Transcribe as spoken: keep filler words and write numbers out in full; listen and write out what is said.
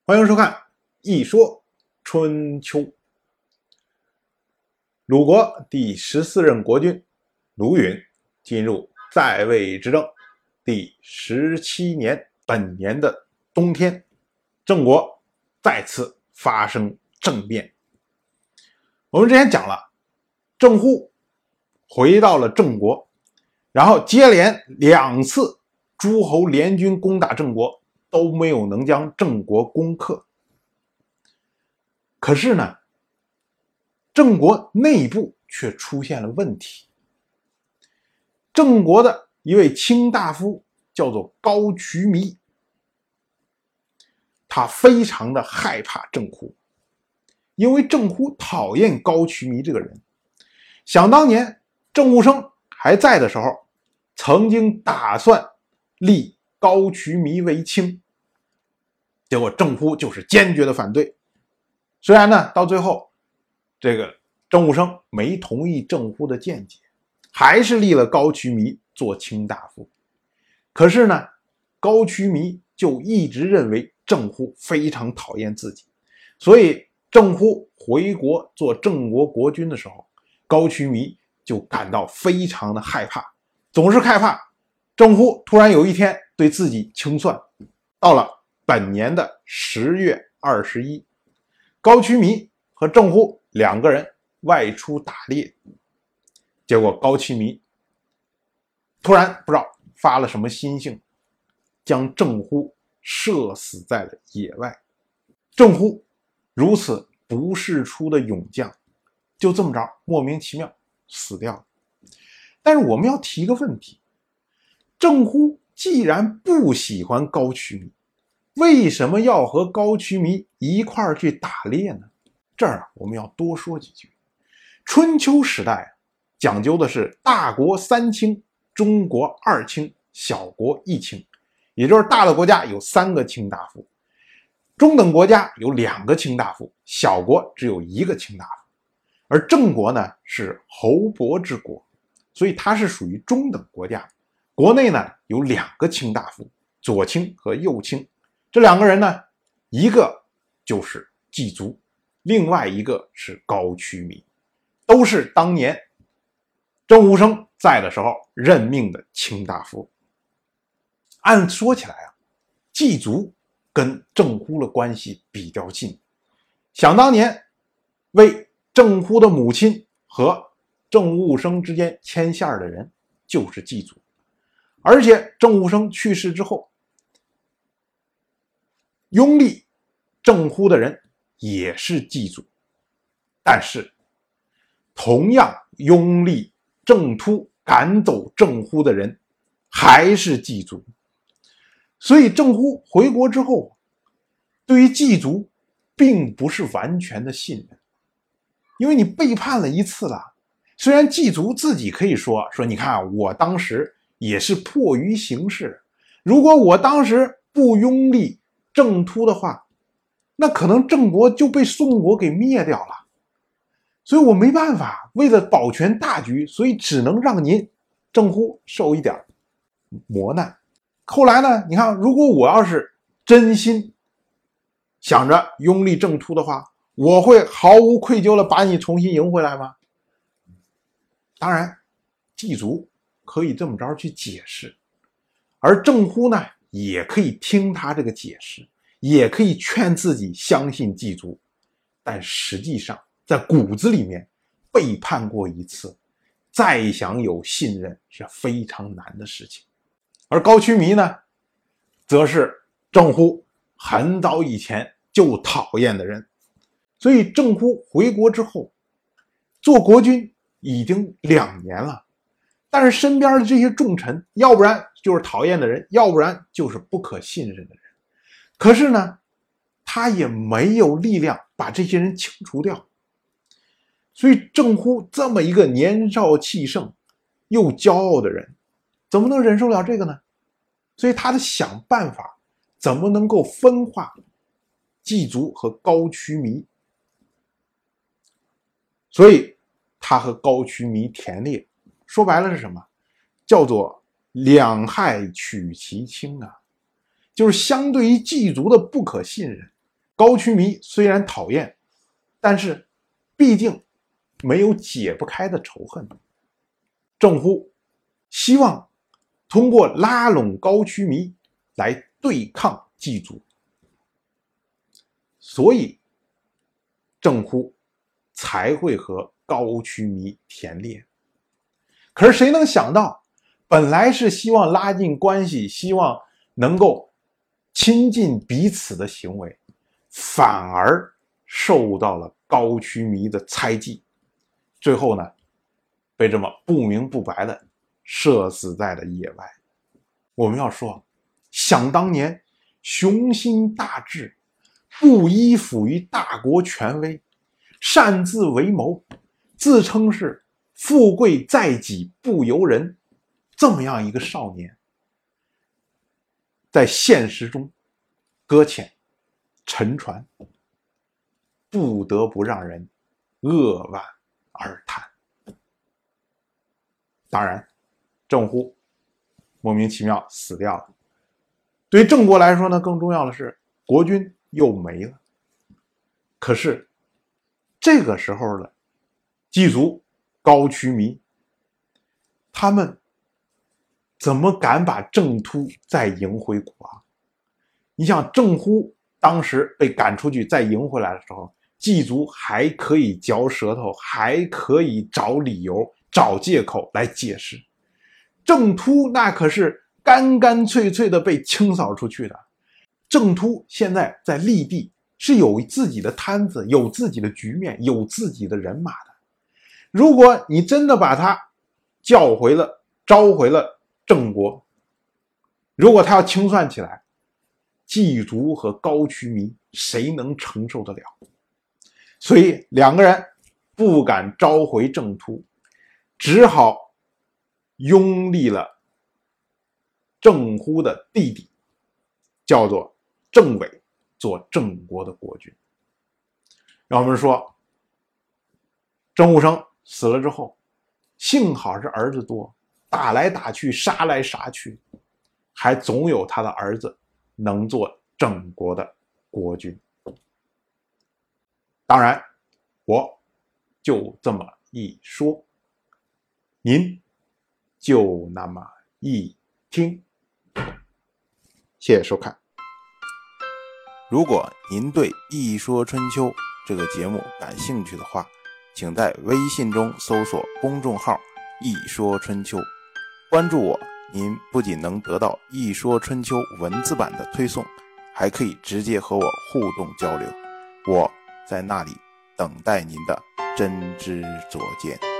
欢迎收看《一说春秋》。鲁国第十四任国君鲁允进入在位执政第十七年，本年的冬天，郑国再次发生政变。我们之前讲了，郑乎回到了郑国，然后接连两次诸侯联军攻打郑国，都没有能将郑国攻克。可是呢，郑国内部却出现了问题。郑国的一位卿大夫叫做高渠弥，他非常的害怕郑乎，因为郑乎讨厌高渠弥这个人。想当年郑务生还在的时候，曾经打算立高渠弥为卿，结果郑乎就是坚决的反对。虽然呢，到最后这个郑务生没同意郑乎的见解，还是立了高渠弥做卿大夫。可是呢，高渠弥就一直认为郑乎非常讨厌自己，所以郑乎回国做郑国国君的时候，高渠弥就感到非常的害怕，总是害怕郑乎突然有一天对自己清算。到了本年的十月二十一，高渠弥和郑乎两个人外出打猎，结果高渠弥突然不知道发了什么心性，将郑乎射死在了野外。郑乎如此不世出的勇将，就这么着莫名其妙死掉了。但是我们要提一个问题，郑乎既然不喜欢高渠弥，为什么要和高渠弥一块儿去打猎呢？这儿我们要多说几句。春秋时代讲究的是大国三卿，中国二卿，小国一卿，也就是大的国家有三个卿大夫，中等国家有两个卿大夫，小国只有一个卿大夫。而郑国呢是侯伯之国，所以它是属于中等国家。国内呢有两个卿大夫，左卿和右卿。这两个人呢，一个就是季足，另外一个是高渠弥，都是当年郑务生在的时候任命的卿大夫。按说起来啊，季足跟郑乎的关系比较近，想当年为郑乎的母亲和郑务生之间牵线的人就是季足，而且郑务生去世之后，拥立郑乎的人也是季足，但是同样拥立郑突赶走郑乎的人还是季足。所以郑乎回国之后，对于季足并不是完全的信任，因为你背叛了一次了。虽然季足自己可以说说你看我当时也是迫于形势，如果我当时不拥立郑突的话，那可能郑国就被宋国给灭掉了，所以我没办法，为了保全大局，所以只能让您郑乎受一点磨难。后来呢，你看如果我要是真心想着拥立郑突的话，我会毫无愧疚的把你重新赢回来吗？当然季足可以这么着去解释，而郑乎呢也可以听他这个解释，也可以劝自己相信季足，但实际上在骨子里面背叛过一次，再想有信任是非常难的事情。而高渠弥呢，则是郑乎很早以前就讨厌的人，所以郑乎回国之后做国君已经两年了，但是身边的这些重臣，要不然就是讨厌的人，要不然就是不可信任的人。可是呢，他也没有力量把这些人清除掉。所以郑乎这么一个年少气盛又骄傲的人，怎么能忍受了这个呢？所以他得想办法怎么能够分化季足和高渠弥。所以他和高渠弥田猎，说白了是什么？叫做两害取其轻啊，就是相对于季足的不可信任， 高渠弥虽然讨厌，但是毕竟没有解不开的仇恨。郑忽希望通过拉拢高渠弥来对抗祭祖，所以郑忽才会和高渠弥田猎。可是谁能想到，本来是希望拉近关系，希望能够亲近彼此的行为，反而受到了高渠弥的猜忌，最后呢，被这么不明不白的射死在了野外。我们要说，想当年雄心大志，不依附于大国权威，擅自为谋，自称是富贵在己不由人，这么样一个少年，在现实中搁浅沉船，不得不让人扼腕而叹。当然，郑忽莫名其妙死掉了。对于郑国来说呢，更重要的是国君又没了。可是这个时候的祭祖高渠弥，他们怎么敢把郑突再迎回古王？你想，郑忽当时被赶出去再迎回来的时候，祭祖还可以嚼舌头，还可以找理由找借口来解释。郑突那可是干干脆脆的被清扫出去的。郑突现在在立地是有自己的摊子，有自己的局面，有自己的人马的。如果你真的把他叫回了，召回了郑国，如果他要清算起来，祭祖和高渠弥谁能承受得了？所以两个人不敢召回郑突，只好拥立了郑忽的弟弟，叫做郑伟，做郑国的国君。让我们说，郑武生死了之后，幸好是儿子多，打来打去，杀来杀去，还总有他的儿子能做郑国的国君。当然，我就这么一说，您就那么一听。谢谢收看。 如果您对《一说春秋》这个节目感兴趣的话，请在微信中搜索公众号“一说春秋”，关注我，您不仅能得到《一说春秋》文字版的推送，还可以直接和我互动交流。我在那里等待您的真知灼见。